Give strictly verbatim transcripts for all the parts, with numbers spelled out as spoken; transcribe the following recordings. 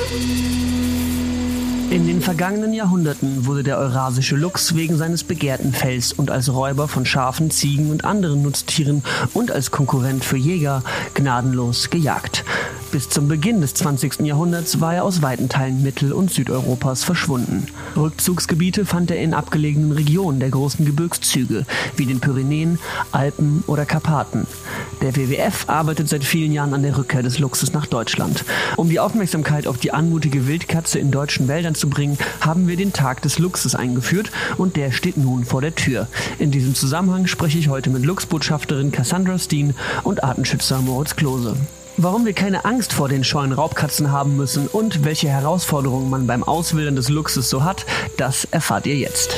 In den vergangenen Jahrhunderten wurde der eurasische Luchs wegen seines begehrten Fells und als Räuber von Schafen, Ziegen und anderen Nutztieren und als Konkurrent für Jäger gnadenlos gejagt. Bis zum Beginn des zwanzigsten Jahrhunderts war er aus weiten Teilen Mittel- und Südeuropas verschwunden. Rückzugsgebiete fand er in abgelegenen Regionen der großen Gebirgszüge, wie den Pyrenäen, Alpen oder Karpaten. Der W W F arbeitet seit vielen Jahren an der Rückkehr des Luchses nach Deutschland. Um die Aufmerksamkeit auf die anmutige Wildkatze in deutschen Wäldern zu bringen, haben wir den Tag des Luchses eingeführt und der steht nun vor der Tür. In diesem Zusammenhang spreche ich heute mit Luchsbotschafterin Cassandra Steen und Artenschützer Moritz Klose. Warum wir keine Angst vor den scheuen Raubkatzen haben müssen und welche Herausforderungen man beim Auswildern des Luchses so hat, das erfahrt ihr jetzt.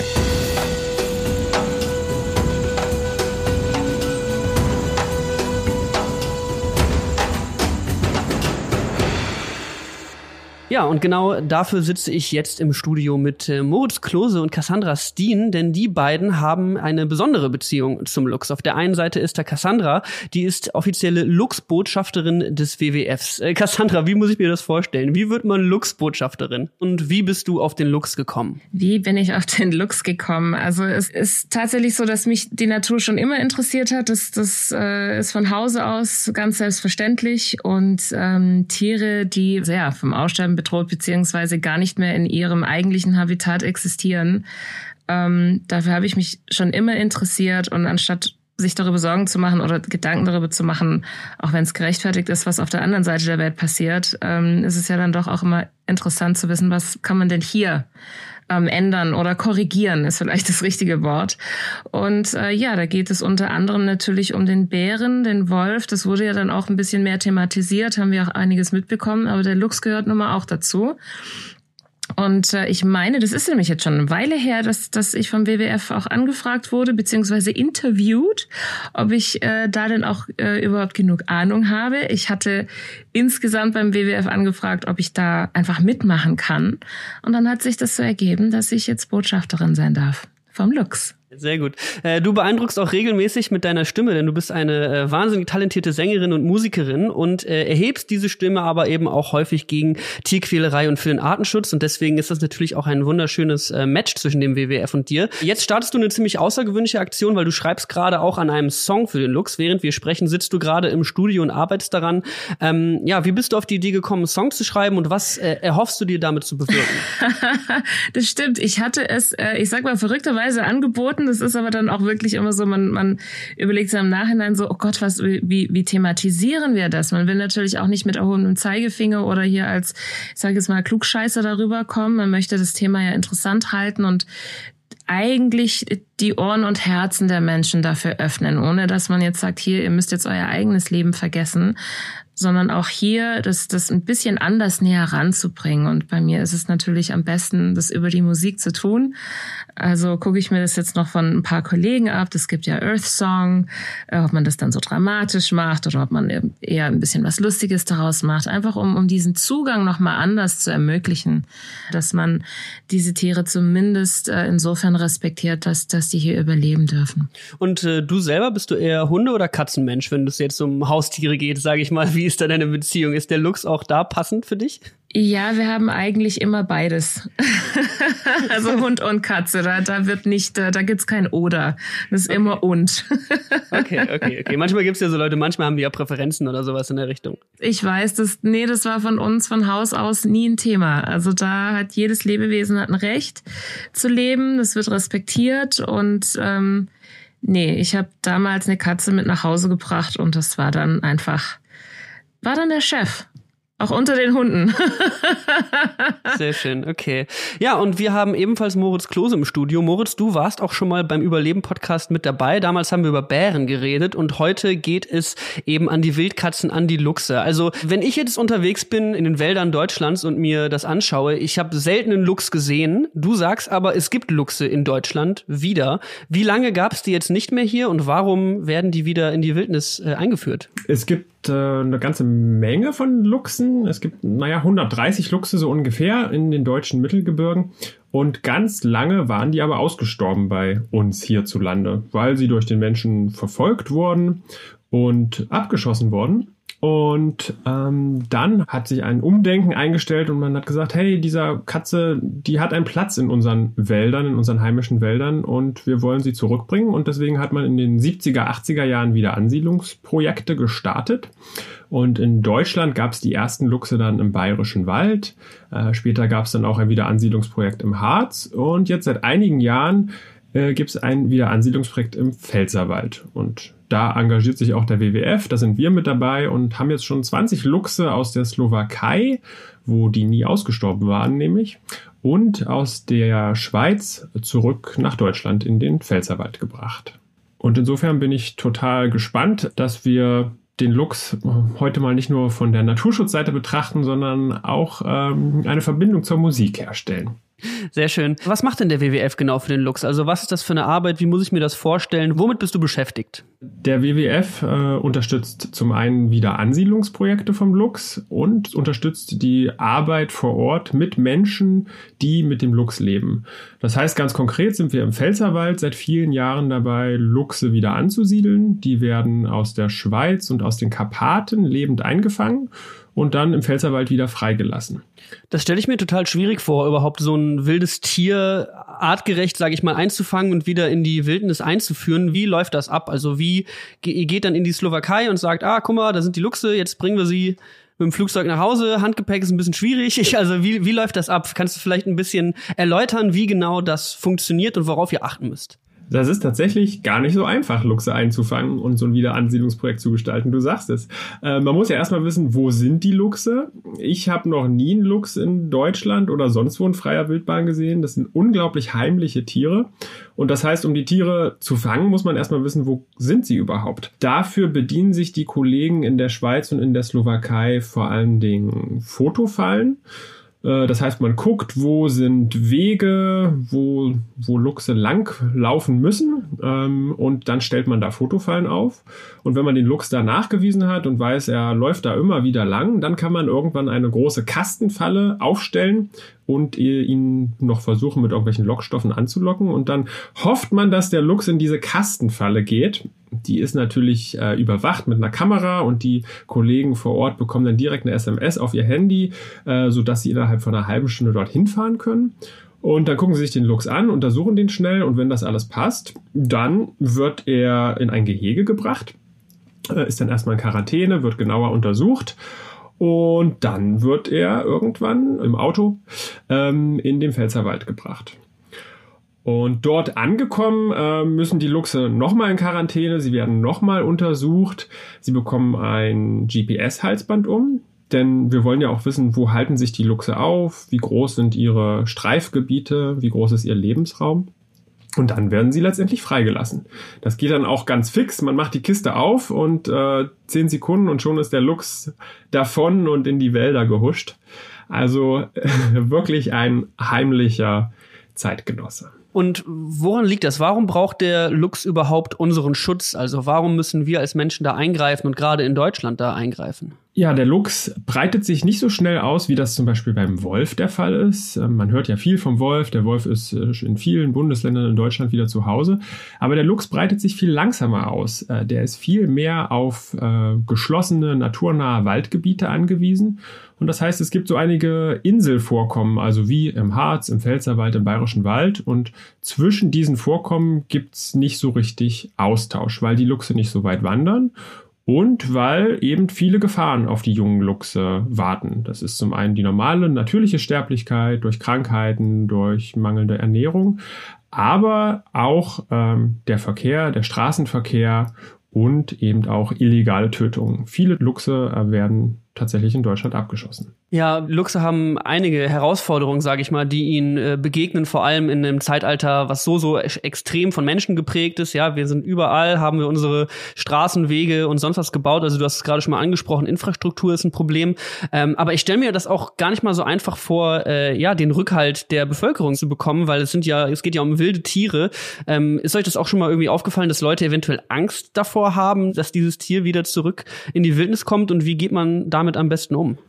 Ja, und genau dafür sitze ich jetzt im Studio mit äh, Moritz Klose und Cassandra Steen, denn die beiden haben eine besondere Beziehung zum Luchs. Auf der einen Seite ist da Cassandra, die ist offizielle Luchsbotschafterin des W W Fs. Äh, Cassandra, wie muss ich mir das vorstellen? Wie wird man Luchsbotschafterin? Und wie bist du auf den Luchs gekommen? Wie bin ich auf den Luchs gekommen? Also es ist tatsächlich so, dass mich die Natur schon immer interessiert hat. Das, das äh, ist von Hause aus ganz selbstverständlich. Und ähm, Tiere, die sehr vom Aussterben bedroht beziehungsweise gar nicht mehr in ihrem eigentlichen Habitat existieren. Ähm, dafür habe ich mich schon immer interessiert und anstatt sich darüber Sorgen zu machen oder Gedanken darüber zu machen, auch wenn es gerechtfertigt ist, was auf der anderen Seite der Welt passiert, ähm, ist es ja dann doch auch immer interessant zu wissen, was kann man denn hier ähm, ändern oder korrigieren, ist vielleicht das richtige Wort. Und äh, ja, da geht es unter anderem natürlich um den Bären, den Wolf. Das wurde ja dann auch ein bisschen mehr thematisiert, haben wir auch einiges mitbekommen, aber der Luchs gehört nun mal auch dazu. Und äh, ich meine, das ist nämlich jetzt schon eine Weile her, dass, dass ich vom W W F auch angefragt wurde, beziehungsweise interviewt, ob ich äh, da denn auch äh, überhaupt genug Ahnung habe. Ich hatte insgesamt beim W W F angefragt, ob ich da einfach mitmachen kann. Und dann hat sich das so ergeben, dass ich jetzt Botschafterin sein darf vom Luchs. Sehr gut. Äh, du beeindruckst auch regelmäßig mit deiner Stimme, denn du bist eine äh, wahnsinnig talentierte Sängerin und Musikerin und äh, erhebst diese Stimme aber eben auch häufig gegen Tierquälerei und für den Artenschutz und deswegen ist das natürlich auch ein wunderschönes äh, Match zwischen dem W W F und dir. Jetzt startest du eine ziemlich außergewöhnliche Aktion, weil du schreibst gerade auch an einem Song für den Luchs. Während wir sprechen, sitzt du gerade im Studio und arbeitest daran. Ähm, ja, wie bist du auf die Idee gekommen, einen Song zu schreiben und was äh, erhoffst du dir damit zu bewirken? Das stimmt. Ich hatte es, äh, ich sag mal, verrückterweise angeboten. Das ist aber dann auch wirklich immer so, man, man überlegt sich im Nachhinein so, oh Gott, was, wie, wie thematisieren wir das? Man will natürlich auch nicht mit erhobenem Zeigefinger oder hier als, ich sage jetzt mal, Klugscheißer darüber kommen. Man möchte das Thema ja interessant halten und eigentlich die Ohren und Herzen der Menschen dafür öffnen, ohne dass man jetzt sagt, hier, ihr müsst jetzt euer eigenes Leben vergessen, sondern auch hier das, das ein bisschen anders näher ranzubringen. Und bei mir ist es natürlich am besten, das über die Musik zu tun. Also gucke ich mir das jetzt noch von ein paar Kollegen ab. Es gibt ja Earth Song, ob man das dann so dramatisch macht oder ob man eher ein bisschen was Lustiges daraus macht. Einfach um, um diesen Zugang nochmal anders zu ermöglichen, dass man diese Tiere zumindest äh, insofern respektiert, dass, dass die hier überleben dürfen. Und äh, du selber, bist du eher Hunde- oder Katzenmensch, wenn es jetzt um Haustiere geht, sage ich mal? Wie ist da deine Beziehung? Ist der Luchs auch da passend für dich? Ja, wir haben eigentlich immer beides. Also Hund und Katze, da, da wird nicht, da, da gibt's kein Oder. Das ist okay. Immer und. Okay, okay, okay. Manchmal gibt's ja so Leute, manchmal haben die ja Präferenzen oder sowas in der Richtung. Ich weiß, das, nee, das war von uns von Haus aus nie ein Thema. Also da hat jedes Lebewesen hat ein Recht zu leben, das wird respektiert und ähm, nee, ich habe damals eine Katze mit nach Hause gebracht und das war dann einfach, war dann der Chef. Auch unter den Hunden. Sehr schön, okay. Ja, und wir haben ebenfalls Moritz Klose im Studio. Moritz, du warst auch schon mal beim Überleben-Podcast mit dabei. Damals haben wir über Bären geredet und heute geht es eben an die Wildkatzen, an die Luchse. Also, wenn ich jetzt unterwegs bin in den Wäldern Deutschlands und mir das anschaue, ich habe selten einen Luchs gesehen. Du sagst aber, es gibt Luchse in Deutschland wieder. Wie lange gab es die jetzt nicht mehr hier und warum werden die wieder in die Wildnis äh, eingeführt? Es gibt eine ganze Menge von Luchsen. Es gibt, naja, hundertdreißig Luchse so ungefähr in den deutschen Mittelgebirgen. Und ganz lange waren die aber ausgestorben bei uns hierzulande, weil sie durch den Menschen verfolgt wurden und abgeschossen wurden. Und ähm, dann hat sich ein Umdenken eingestellt und man hat gesagt, hey, dieser Katze, die hat einen Platz in unseren Wäldern, in unseren heimischen Wäldern und wir wollen sie zurückbringen. Und deswegen hat man in den siebziger, achtziger Jahren wieder Ansiedlungsprojekte gestartet. Und in Deutschland gab es die ersten Luchse dann im Bayerischen Wald. Äh, später gab es dann auch ein Wiederansiedlungsprojekt im Harz. Und jetzt seit einigen Jahren äh, gibt es ein Wiederansiedlungsprojekt im Pfälzerwald. Und da engagiert sich auch der W W F, da sind wir mit dabei und haben jetzt schon zwanzig Luchse aus der Slowakei, wo die nie ausgestorben waren nämlich, und aus der Schweiz zurück nach Deutschland in den Pfälzerwald gebracht. Und insofern bin ich total gespannt, dass wir den Luchs heute mal nicht nur von der Naturschutzseite betrachten, sondern auch ähm, eine Verbindung zur Musik herstellen. Sehr schön. Was macht denn der W W F genau für den Luchs? Also was ist das für eine Arbeit? Wie muss ich mir das vorstellen? Womit bist du beschäftigt? Der W W F äh, unterstützt zum einen wieder Ansiedlungsprojekte vom Luchs und unterstützt die Arbeit vor Ort mit Menschen, die mit dem Luchs leben. Das heißt, ganz konkret sind wir im Pfälzerwald seit vielen Jahren dabei, Luchse wieder anzusiedeln. Die werden aus der Schweiz und aus den Karpaten lebend eingefangen und dann im Pfälzerwald wieder freigelassen. Das stelle ich mir total schwierig vor, überhaupt so ein wildes Tier artgerecht, sage ich mal, einzufangen und wieder in die Wildnis einzuführen. Wie läuft das ab? Also wie, ihr geht dann in die Slowakei und sagt, ah, guck mal, da sind die Luchse, jetzt bringen wir sie mit dem Flugzeug nach Hause. Handgepäck ist ein bisschen schwierig. Ich, also wie, wie läuft das ab? Kannst du vielleicht ein bisschen erläutern, wie genau das funktioniert und worauf ihr achten müsst? Das ist tatsächlich gar nicht so einfach, Luchse einzufangen und so ein Wiederansiedlungsprojekt zu gestalten. Du sagst es. Äh, man muss ja erstmal wissen, wo sind die Luchse? Ich habe noch nie einen Luchs in Deutschland oder sonst wo in freier Wildbahn gesehen. Das sind unglaublich heimliche Tiere. Und das heißt, um die Tiere zu fangen, muss man erstmal wissen, wo sind sie überhaupt? Dafür bedienen sich die Kollegen in der Schweiz und in der Slowakei vor allen Dingen Fotofallen. Das heißt, man guckt, wo sind Wege, wo, wo Luchse lang laufen müssen, ähm, und dann stellt man da Fotofallen auf. Und wenn man den Luchs da nachgewiesen hat und weiß, er läuft da immer wieder lang, dann kann man irgendwann eine große Kastenfalle aufstellen und ihn noch versuchen, mit irgendwelchen Lockstoffen anzulocken. Und dann hofft man, dass der Luchs in diese Kastenfalle geht. Die ist natürlich äh, überwacht mit einer Kamera und die Kollegen vor Ort bekommen dann direkt eine S M S auf ihr Handy, äh, sodass sie innerhalb von einer halben Stunde dorthin fahren können. Und dann gucken sie sich den Luchs an, untersuchen den schnell und wenn das alles passt, dann wird er in ein Gehege gebracht, äh, ist dann erstmal in Quarantäne, wird genauer untersucht. Und dann wird er irgendwann im Auto ähm, in den Pfälzerwald gebracht. Und dort angekommen äh, müssen die Luchse nochmal in Quarantäne, sie werden nochmal untersucht, sie bekommen ein G P S-Halsband um, denn wir wollen ja auch wissen, wo halten sich die Luchse auf, wie groß sind ihre Streifgebiete, wie groß ist ihr Lebensraum. Und dann werden sie letztendlich freigelassen. Das geht dann auch ganz fix. Man macht die Kiste auf und äh, zehn Sekunden und schon ist der Luchs davon und in die Wälder gehuscht. Also äh, wirklich ein heimlicher Zeitgenosse. Und woran liegt das? Warum braucht der Luchs überhaupt unseren Schutz? Also warum müssen wir als Menschen da eingreifen und gerade in Deutschland da eingreifen? Ja, der Luchs breitet sich nicht so schnell aus, wie das zum Beispiel beim Wolf der Fall ist. Man hört ja viel vom Wolf. Der Wolf ist in vielen Bundesländern in Deutschland wieder zu Hause. Aber der Luchs breitet sich viel langsamer aus. Der ist viel mehr auf äh, geschlossene, naturnahe Waldgebiete angewiesen. Und das heißt, es gibt so einige Inselvorkommen, also wie im Harz, im Pfälzerwald, im Bayerischen Wald. Und zwischen diesen Vorkommen gibt's nicht so richtig Austausch, weil die Luchse nicht so weit wandern. Und weil eben viele Gefahren auf die jungen Luchse warten. Das ist zum einen die normale, natürliche Sterblichkeit durch Krankheiten, durch mangelnde Ernährung, aber auch ähm, der Verkehr, der Straßenverkehr und eben auch illegale Tötungen. Viele Luchse äh, werden tatsächlich in Deutschland abgeschossen. Ja, Luchse haben einige Herausforderungen, sage ich mal, die ihnen äh, begegnen, vor allem in einem Zeitalter, was so, so extrem von Menschen geprägt ist. Ja, wir sind überall, haben wir unsere Straßen, Wege und sonst was gebaut. Also du hast es gerade schon mal angesprochen, Infrastruktur ist ein Problem. Ähm, aber ich stelle mir das auch gar nicht mal so einfach vor, äh, ja, den Rückhalt der Bevölkerung zu bekommen, weil es sind ja, es geht ja um wilde Tiere. Ähm, ist euch das auch schon mal irgendwie aufgefallen, dass Leute eventuell Angst davor haben, dass dieses Tier wieder zurück in die Wildnis kommt? Und wie geht man damit am besten um?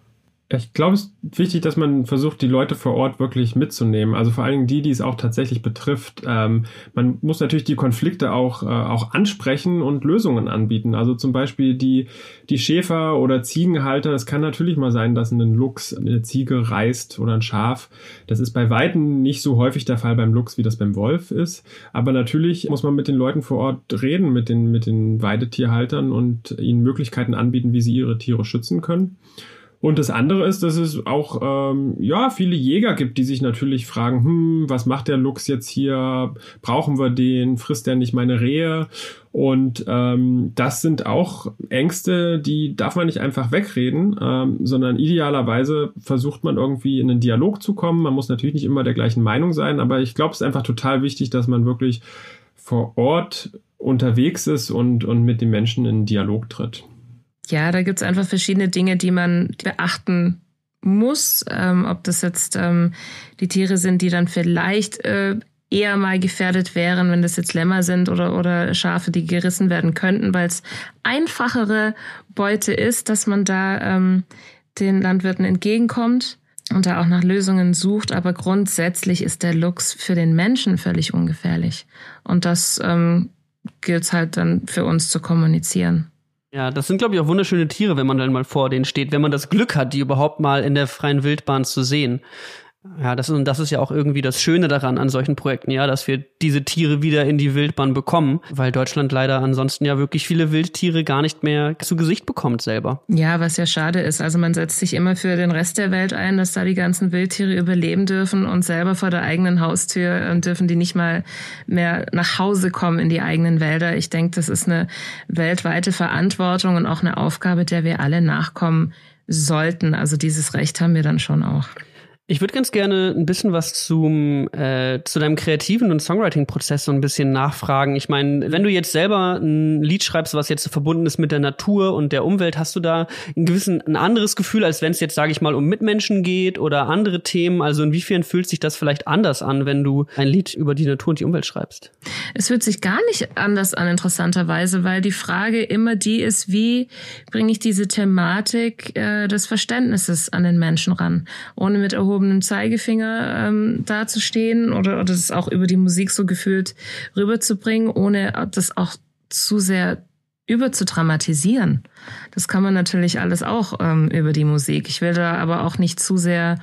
Ich glaube, es ist wichtig, dass man versucht, die Leute vor Ort wirklich mitzunehmen. Also vor allen Dingen die, die es auch tatsächlich betrifft. Ähm, man muss natürlich die Konflikte auch, äh, auch ansprechen und Lösungen anbieten. Also zum Beispiel die, die Schäfer- oder Ziegenhalter. Es kann natürlich mal sein, dass ein Luchs eine Ziege reißt oder ein Schaf. Das ist bei Weitem nicht so häufig der Fall beim Luchs, wie das beim Wolf ist. Aber natürlich muss man mit den Leuten vor Ort reden, mit den, mit den Weidetierhaltern und ihnen Möglichkeiten anbieten, wie sie ihre Tiere schützen können. Und das andere ist, dass es auch ähm, ja viele Jäger gibt, die sich natürlich fragen, hm, was macht der Luchs jetzt hier? Brauchen wir den? Frisst der nicht meine Rehe? Und ähm, das sind auch Ängste, die darf man nicht einfach wegreden, ähm, sondern idealerweise versucht man irgendwie in einen Dialog zu kommen. Man muss natürlich nicht immer der gleichen Meinung sein, aber ich glaube, es ist einfach total wichtig, dass man wirklich vor Ort unterwegs ist und, und mit den Menschen in einen Dialog tritt. Ja, da gibt's einfach verschiedene Dinge, die man beachten muss. Ähm, ob das jetzt ähm, die Tiere sind, die dann vielleicht äh, eher mal gefährdet wären, wenn das jetzt Lämmer sind oder, oder Schafe, die gerissen werden könnten, weil es einfachere Beute ist, dass man da ähm, den Landwirten entgegenkommt und da auch nach Lösungen sucht. Aber grundsätzlich ist der Luchs für den Menschen völlig ungefährlich. Und das ähm, gilt es halt dann für uns zu kommunizieren. Ja, das sind, glaube ich, auch wunderschöne Tiere, wenn man dann mal vor denen steht, wenn man das Glück hat, die überhaupt mal in der freien Wildbahn zu sehen. Ja, das, und das ist ja auch irgendwie das Schöne daran an solchen Projekten, ja, dass wir diese Tiere wieder in die Wildbahn bekommen, weil Deutschland leider ansonsten ja wirklich viele Wildtiere gar nicht mehr zu Gesicht bekommt selber. Ja, was ja schade ist. Also man setzt sich immer für den Rest der Welt ein, dass da die ganzen Wildtiere überleben dürfen und selber vor der eigenen Haustür äh, dürfen die nicht mal mehr nach Hause kommen in die eigenen Wälder. Ich denke, das ist eine weltweite Verantwortung und auch eine Aufgabe, der wir alle nachkommen sollten. Also dieses Recht haben wir dann schon auch. Ich würde ganz gerne ein bisschen was zum äh, zu deinem kreativen und Songwriting-Prozess so ein bisschen nachfragen. Ich meine, wenn du jetzt selber ein Lied schreibst, was jetzt verbunden ist mit der Natur und der Umwelt, hast du da ein gewissen ein anderes Gefühl, als wenn es jetzt, sage ich mal, um Mitmenschen geht oder andere Themen? Also inwiefern fühlt sich das vielleicht anders an, wenn du ein Lied über die Natur und die Umwelt schreibst? Es fühlt sich gar nicht anders an, interessanterweise, weil die Frage immer die ist, wie bringe ich diese Thematik äh, des Verständnisses an den Menschen ran, ohne mit erhobenem Zeigefinger ähm, dazustehen oder, oder das auch über die Musik so gefühlt rüberzubringen, ohne das auch zu sehr überzudramatisieren. Das kann man natürlich alles auch ähm, über die Musik. Ich will da aber auch nicht zu sehr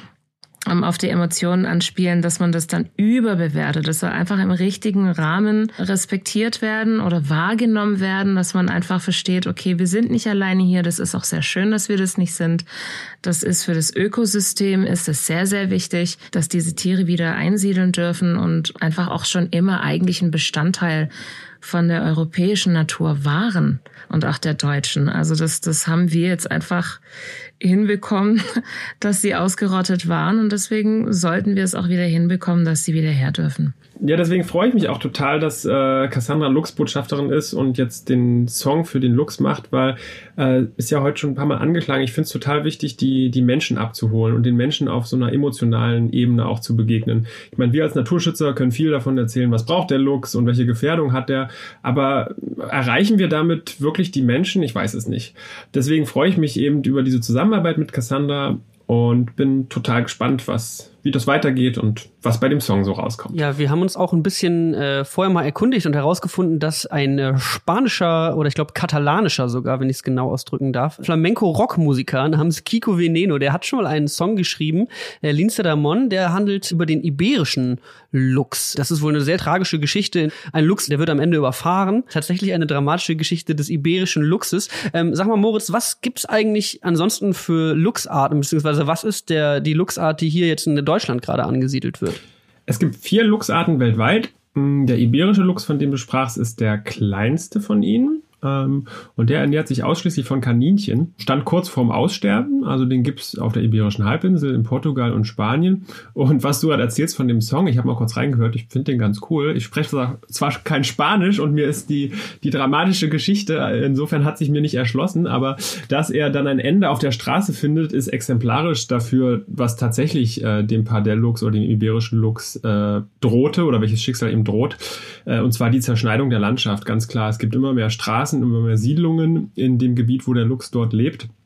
ähm, auf die Emotionen anspielen, dass man das dann überbewertet. Das soll einfach im richtigen Rahmen respektiert werden oder wahrgenommen werden, dass man einfach versteht, okay, wir sind nicht alleine hier. Das ist auch sehr schön, dass wir das nicht sind. Das ist für das Ökosystem ist es sehr, sehr wichtig, dass diese Tiere wieder einsiedeln dürfen und einfach auch schon immer eigentlich ein Bestandteil von der europäischen Natur waren und auch der deutschen. Also das, das haben wir jetzt einfach hinbekommen, dass sie ausgerottet waren und deswegen sollten wir es auch wieder hinbekommen, dass sie wieder her dürfen. Ja, deswegen freue ich mich auch total, dass äh, Cassandra Luchsbotschafterin ist und jetzt den Song für den Luchs macht, weil äh, ist ja heute schon ein paar Mal angeklungen. Ich finde es total wichtig, die die Menschen abzuholen und den Menschen auf so einer emotionalen Ebene auch zu begegnen. Ich meine, wir als Naturschützer können viel davon erzählen, was braucht der Luchs und welche Gefährdung hat der, aber erreichen wir damit wirklich die Menschen? Ich weiß es nicht. Deswegen freue ich mich eben über diese Zusammenarbeit mit Cassandra und bin total gespannt, was wie das weitergeht und was bei dem Song so rauskommt. Ja, wir haben uns auch ein bisschen äh, vorher mal erkundigt und herausgefunden, dass ein äh, spanischer oder ich glaube katalanischer sogar, wenn ich es genau ausdrücken darf, Flamenco-Rock-Musiker namens Kiko Veneno, der hat schon mal einen Song geschrieben, äh, Lince Ramon, der handelt über den iberischen Luchs. Das ist wohl eine sehr tragische Geschichte. Ein Luchs, der wird am Ende überfahren. Tatsächlich eine dramatische Geschichte des iberischen Luchses. Ähm, sag mal, Moritz, was gibt's eigentlich ansonsten für Luchsarten, beziehungsweise was ist der die Luchsart, die hier jetzt in Deutschland gerade angesiedelt wird? Es gibt vier Luchsarten weltweit. Der iberische Luchs, von dem du sprachst, ist der kleinste von ihnen. Ähm, und der ernährt sich ausschließlich von Kaninchen. Stand kurz vorm Aussterben, also den gibt's auf der Iberischen Halbinsel, in Portugal und Spanien. Und was du gerade erzählst von dem Song, ich habe mal kurz reingehört, ich finde den ganz cool. Ich spreche zwar kein Spanisch und mir ist die, die dramatische Geschichte, insofern hat sich mir nicht erschlossen, aber dass er dann ein Ende auf der Straße findet, ist exemplarisch dafür, was tatsächlich äh, dem Pardelluchs oder dem iberischen Luchs äh, drohte oder welches Schicksal ihm droht. Äh, und zwar die Zerschneidung der Landschaft, ganz klar. Es gibt immer mehr Straßen, immer mehr Siedlungen in dem Gebiet, wo der Luchs dort lebt.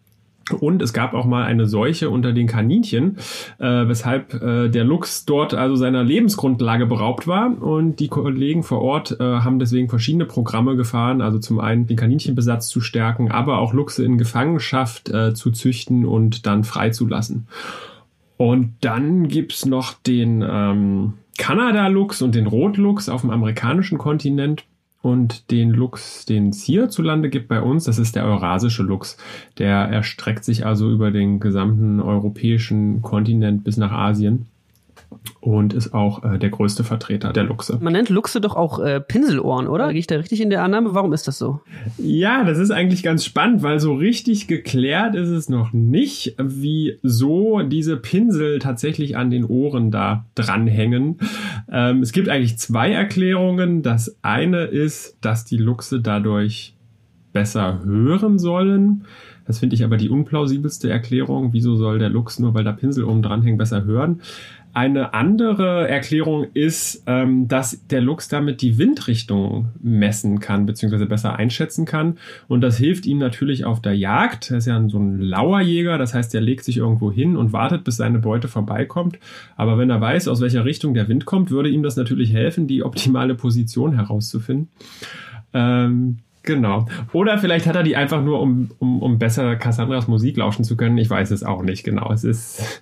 Und es gab auch mal eine Seuche unter den Kaninchen, äh, weshalb äh, der Luchs dort also seiner Lebensgrundlage beraubt war. Und die Kollegen vor Ort äh, haben deswegen verschiedene Programme gefahren. Also zum einen den Kaninchenbesatz zu stärken, aber auch Luchse in Gefangenschaft äh, zu züchten und dann freizulassen. Und dann gibt's noch den ähm, Kanada-Luchs und den Rotluchs auf dem amerikanischen Kontinent. Und den Luchs, den es hierzulande gibt bei uns, das ist der eurasische Luchs. Der erstreckt sich also über den gesamten europäischen Kontinent bis nach Asien und ist auch äh, der größte Vertreter der Luchse. Man nennt Luchse doch auch äh, Pinselohren, oder? Gehe ich da richtig in der Annahme? Warum ist das so? Ja, das ist eigentlich ganz spannend, weil so richtig geklärt ist es noch nicht, wieso diese Pinsel tatsächlich an den Ohren da dranhängen. Ähm, es gibt eigentlich zwei Erklärungen. Das eine ist, dass die Luchse dadurch besser hören sollen. Das finde ich aber die unplausibelste Erklärung. Wieso soll der Luchs, nur weil da Pinsel oben dranhängen, besser hören? Eine andere Erklärung ist, ähm, dass der Luchs damit die Windrichtung messen kann, beziehungsweise besser einschätzen kann. Und das hilft ihm natürlich auf der Jagd. Er ist ja so ein Lauerjäger, das heißt, er legt sich irgendwo hin und wartet, bis seine Beute vorbeikommt. Aber wenn er weiß, aus welcher Richtung der Wind kommt, würde ihm das natürlich helfen, die optimale Position herauszufinden. Ähm, Genau. Oder vielleicht hat er die einfach nur, um, um, um besser Cassandras Musik lauschen zu können. Ich weiß es auch nicht genau. Es ist...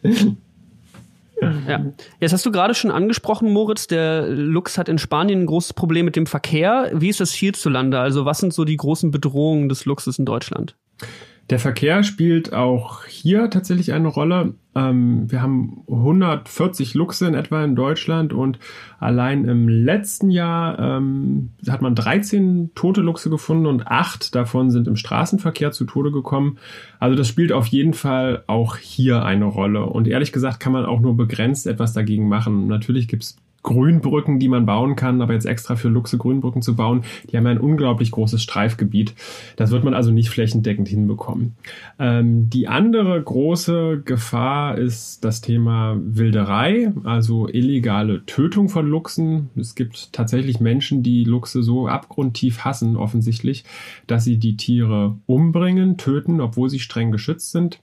Ja. Jetzt hast du gerade schon angesprochen, Moritz, der Luchs hat in Spanien ein großes Problem mit dem Verkehr. Wie ist das hierzulande? Also was sind so die großen Bedrohungen des Luchses in Deutschland? Der Verkehr spielt auch hier tatsächlich eine Rolle. Ähm, wir haben hundertvierzig Luchse in etwa in Deutschland und allein im letzten Jahr ähm, hat man dreizehn tote Luchse gefunden und acht davon sind im Straßenverkehr zu Tode gekommen. Also das spielt auf jeden Fall auch hier eine Rolle. Und ehrlich gesagt kann man auch nur begrenzt etwas dagegen machen. Natürlich gibt's Grünbrücken, die man bauen kann, aber jetzt extra für Luchse Grünbrücken zu bauen, die haben ja ein unglaublich großes Streifgebiet. Das wird man also nicht flächendeckend hinbekommen. Ähm, die andere große Gefahr ist das Thema Wilderei, also illegale Tötung von Luchsen. Es gibt tatsächlich Menschen, die Luchse so abgrundtief hassen, offensichtlich, dass sie die Tiere umbringen, töten, obwohl sie streng geschützt sind.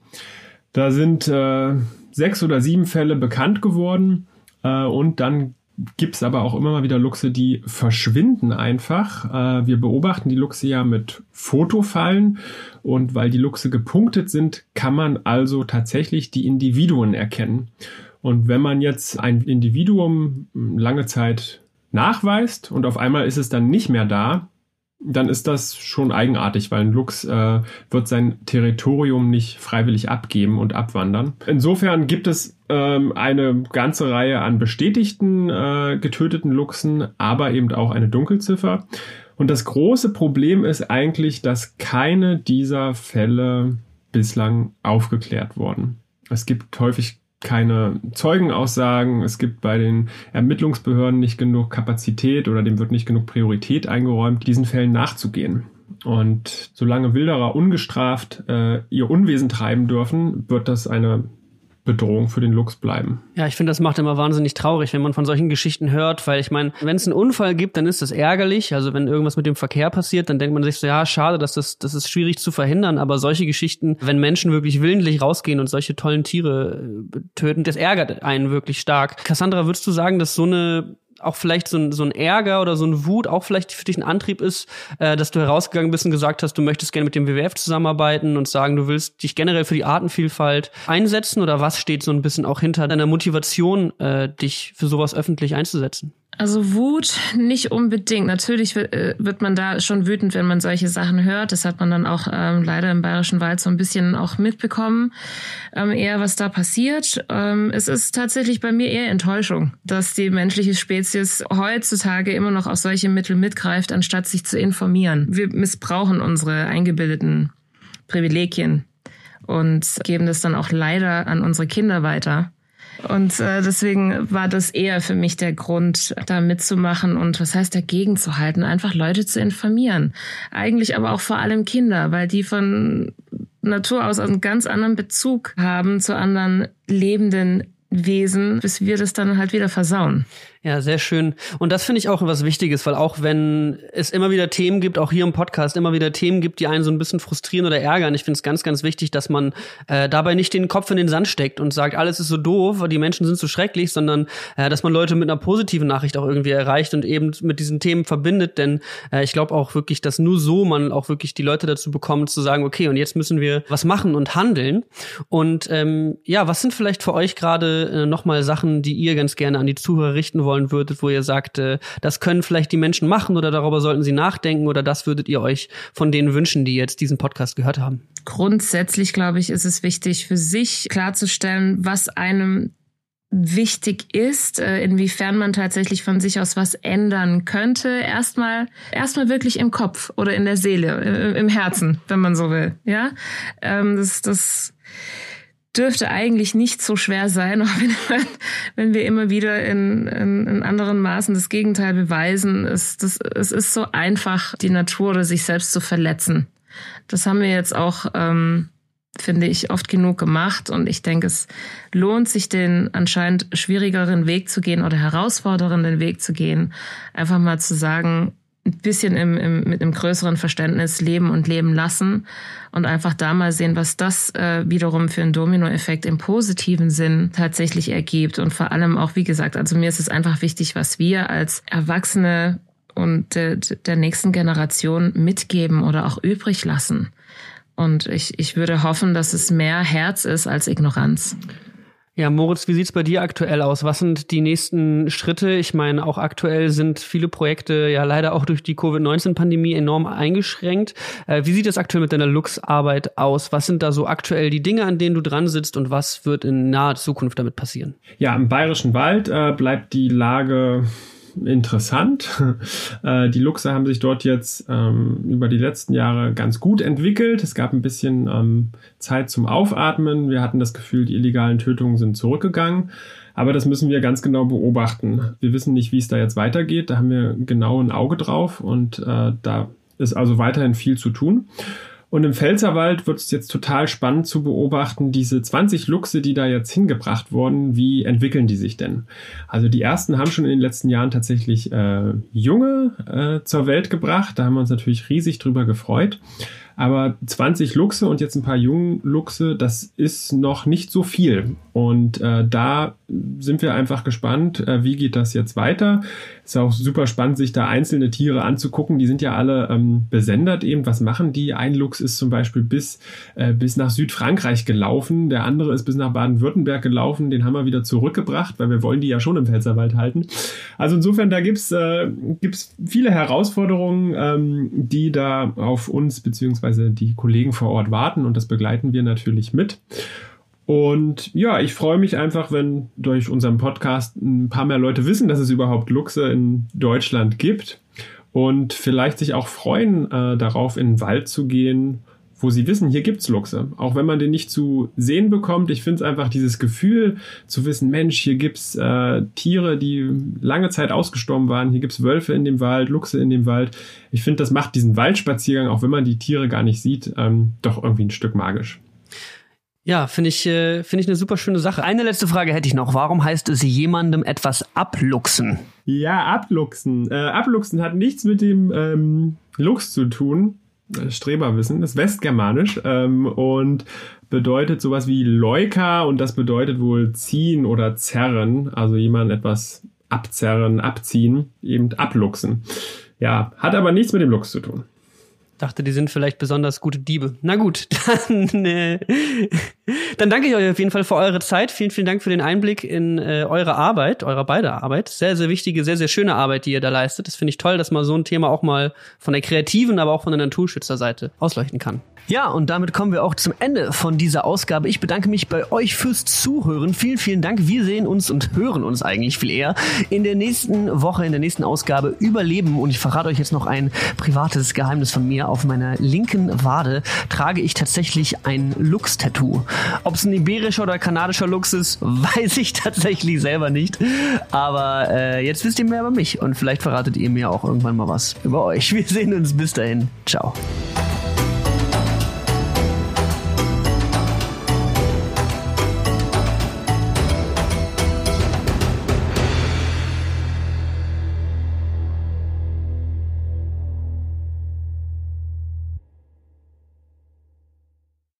Da sind äh, sechs oder sieben Fälle bekannt geworden äh, und dann gibt es aber auch immer mal wieder Luchse, die verschwinden einfach. Wir beobachten die Luchse ja mit Fotofallen und weil die Luchse gepunktet sind, kann man also tatsächlich die Individuen erkennen. Und wenn man jetzt ein Individuum lange Zeit nachweist und auf einmal ist es dann nicht mehr da, dann ist das schon eigenartig, weil ein Luchs äh, wird sein Territorium nicht freiwillig abgeben und abwandern. Insofern gibt es ähm, eine ganze Reihe an bestätigten äh, getöteten Luchsen, aber eben auch eine Dunkelziffer. Und das große Problem ist eigentlich, dass keine dieser Fälle bislang aufgeklärt wurden. Es gibt häufig keine Zeugenaussagen, es gibt bei den Ermittlungsbehörden nicht genug Kapazität oder dem wird nicht genug Priorität eingeräumt, diesen Fällen nachzugehen. Und solange Wilderer ungestraft äh, ihr Unwesen treiben dürfen, wird das eine Bedrohung für den Luchs bleiben. Ja, ich finde, das macht immer wahnsinnig traurig, wenn man von solchen Geschichten hört, weil ich meine, wenn es einen Unfall gibt, dann ist das ärgerlich. Also wenn irgendwas mit dem Verkehr passiert, dann denkt man sich so, ja, schade, dass das, das ist schwierig zu verhindern, aber solche Geschichten, wenn Menschen wirklich willentlich rausgehen und solche tollen Tiere töten, das ärgert einen wirklich stark. Cassandra, würdest du sagen, dass so eine auch vielleicht so ein, so ein Ärger oder so ein Wut auch vielleicht für dich ein Antrieb ist, äh, dass du herausgegangen bist und gesagt hast, du möchtest gerne mit dem W W F zusammenarbeiten und sagen, du willst dich generell für die Artenvielfalt einsetzen, oder was steht so ein bisschen auch hinter deiner Motivation, äh, dich für sowas öffentlich einzusetzen? Also Wut nicht unbedingt. Natürlich wird man da schon wütend, wenn man solche Sachen hört. Das hat man dann auch ähm, leider im Bayerischen Wald so ein bisschen auch mitbekommen, ähm, eher was da passiert. Ähm, es ist tatsächlich bei mir eher Enttäuschung, dass die menschliche Spezies heutzutage immer noch auf solche Mittel mitgreift, anstatt sich zu informieren. Wir missbrauchen unsere eingebildeten Privilegien und geben das dann auch leider an unsere Kinder weiter. Und äh, deswegen war das eher für mich der Grund, da mitzumachen und was heißt dagegen zu halten, einfach Leute zu informieren. Eigentlich aber auch vor allem Kinder, weil die von Natur aus einen ganz anderen Bezug haben zu anderen lebenden Wesen, bis wir das dann halt wieder versauen. Ja, sehr schön. Und das finde ich auch was Wichtiges, weil auch wenn es immer wieder Themen gibt, auch hier im Podcast, immer wieder Themen gibt, die einen so ein bisschen frustrieren oder ärgern, ich finde es ganz, ganz wichtig, dass man äh, dabei nicht den Kopf in den Sand steckt und sagt, alles ist so doof, die Menschen sind so schrecklich, sondern äh, dass man Leute mit einer positiven Nachricht auch irgendwie erreicht und eben mit diesen Themen verbindet, denn äh, ich glaube auch wirklich, dass nur so man auch wirklich die Leute dazu bekommt, zu sagen, okay, und jetzt müssen wir was machen und handeln. Und ähm, ja, was sind vielleicht für euch gerade äh, nochmal Sachen, die ihr ganz gerne an die Zuhörer richten wollen würdet, wo ihr sagt, äh, das können vielleicht die Menschen machen oder darüber sollten sie nachdenken oder das würdet ihr euch von denen wünschen, die jetzt diesen Podcast gehört haben? Grundsätzlich, glaube ich, ist es wichtig, für sich klarzustellen, was einem wichtig ist, inwiefern man tatsächlich von sich aus was ändern könnte. Erstmal, erstmal wirklich im Kopf oder in der Seele, im Herzen, wenn man so will. Ja, das, das dürfte eigentlich nicht so schwer sein, auch wenn, wenn wir immer wieder in, in, in anderen Maßen das Gegenteil beweisen. Es, das, es ist so einfach, die Natur oder sich selbst zu verletzen. Das haben wir jetzt auch, ähm, finde ich, oft genug gemacht. Und ich denke, es lohnt sich, den anscheinend schwierigeren Weg zu gehen oder herausfordernden Weg zu gehen. Einfach mal zu sagen, ein bisschen im, im, mit einem größeren Verständnis leben und leben lassen und einfach da mal sehen, was das äh, wiederum für einen Dominoeffekt im positiven Sinn tatsächlich ergibt. Und vor allem auch, wie gesagt, also mir ist es einfach wichtig, was wir als Erwachsene und der, der nächsten Generation mitgeben oder auch übrig lassen. Und ich, ich würde hoffen, dass es mehr Herz ist als Ignoranz. Ja, Moritz, wie sieht's bei dir aktuell aus? Was sind die nächsten Schritte? Ich meine, auch aktuell sind viele Projekte ja leider auch durch die Covid neunzehn Pandemie enorm eingeschränkt. Äh, wie sieht es aktuell mit deiner Lux-Arbeit aus? Was sind da so aktuell die Dinge, an denen du dran sitzt und was wird in naher Zukunft damit passieren? Ja, im Bayerischen Wald äh, bleibt die Lage interessant. Äh, die Luchse haben sich dort jetzt ähm, über die letzten Jahre ganz gut entwickelt. Es gab ein bisschen ähm, Zeit zum Aufatmen. Wir hatten das Gefühl, die illegalen Tötungen sind zurückgegangen. Aber das müssen wir ganz genau beobachten. Wir wissen nicht, wie es da jetzt weitergeht. Da haben wir genau ein Auge drauf und äh, da ist also weiterhin viel zu tun. Und im Pfälzerwald wird es jetzt total spannend zu beobachten, diese zwanzig Luchse, die da jetzt hingebracht wurden, wie entwickeln die sich denn? Also die ersten haben schon in den letzten Jahren tatsächlich äh, Junge äh, zur Welt gebracht. Da haben wir uns natürlich riesig drüber gefreut. Aber zwanzig Luchse und jetzt ein paar jungen Luchse, das ist noch nicht so viel. Und äh, da sind wir einfach gespannt, äh, wie geht das jetzt weiter. Ist auch super spannend, sich da einzelne Tiere anzugucken. Die sind ja alle ähm, besendet eben. Was machen die? Ein Luchs ist zum Beispiel bis, äh, bis nach Südfrankreich gelaufen. Der andere ist bis nach Baden-Württemberg gelaufen. Den haben wir wieder zurückgebracht, weil wir wollen die ja schon im Pfälzerwald halten. Also insofern, da gibt's äh, gibt's viele Herausforderungen, ähm, die da auf uns beziehungsweise die Kollegen vor Ort warten und das begleiten wir natürlich mit. Und ja, ich freue mich einfach, wenn durch unseren Podcast ein paar mehr Leute wissen, dass es überhaupt Luchse in Deutschland gibt und vielleicht sich auch freuen, äh, darauf in den Wald zu gehen, wo sie wissen, hier gibt's Luchse. Auch wenn man den nicht zu sehen bekommt. Ich finde es einfach dieses Gefühl zu wissen, Mensch, hier gibt's äh, Tiere, die lange Zeit ausgestorben waren. Hier gibt's Wölfe in dem Wald, Luchse in dem Wald. Ich finde, das macht diesen Waldspaziergang, auch wenn man die Tiere gar nicht sieht, ähm, doch irgendwie ein Stück magisch. Ja, finde ich, äh, finde ich eine super schöne Sache. Eine letzte Frage hätte ich noch. Warum heißt es jemandem etwas abluchsen? Ja, abluchsen. Äh, abluchsen hat nichts mit dem ähm, Luchs zu tun. Streberwissen, das ist westgermanisch ähm, und bedeutet sowas wie Leuka und das bedeutet wohl ziehen oder zerren, also jemanden etwas abzerren, abziehen, eben abluchsen. Ja, hat aber nichts mit dem Luchs zu tun. Dachte, die sind vielleicht besonders gute Diebe. Na gut, dann, äh, dann danke ich euch auf jeden Fall für eure Zeit. Vielen, vielen Dank für den Einblick in äh, eure Arbeit, eure beide Arbeit. Sehr, sehr wichtige, sehr, sehr schöne Arbeit, die ihr da leistet. Das finde ich toll, dass man so ein Thema auch mal von der kreativen, aber auch von der Naturschützerseite ausleuchten kann. Ja, und damit kommen wir auch zum Ende von dieser Ausgabe. Ich bedanke mich bei euch fürs Zuhören. Vielen, vielen Dank. Wir sehen uns und hören uns eigentlich viel eher in der nächsten Woche, in der nächsten Ausgabe Überleben. Und ich verrate euch jetzt noch ein privates Geheimnis von mir. Auf meiner linken Wade trage ich tatsächlich ein Luchs-Tattoo. Ob es ein iberischer oder kanadischer Luchs ist, weiß ich tatsächlich selber nicht. Aber äh, jetzt wisst ihr mehr über mich und vielleicht verratet ihr mir auch irgendwann mal was über euch. Wir sehen uns. Bis dahin. Ciao.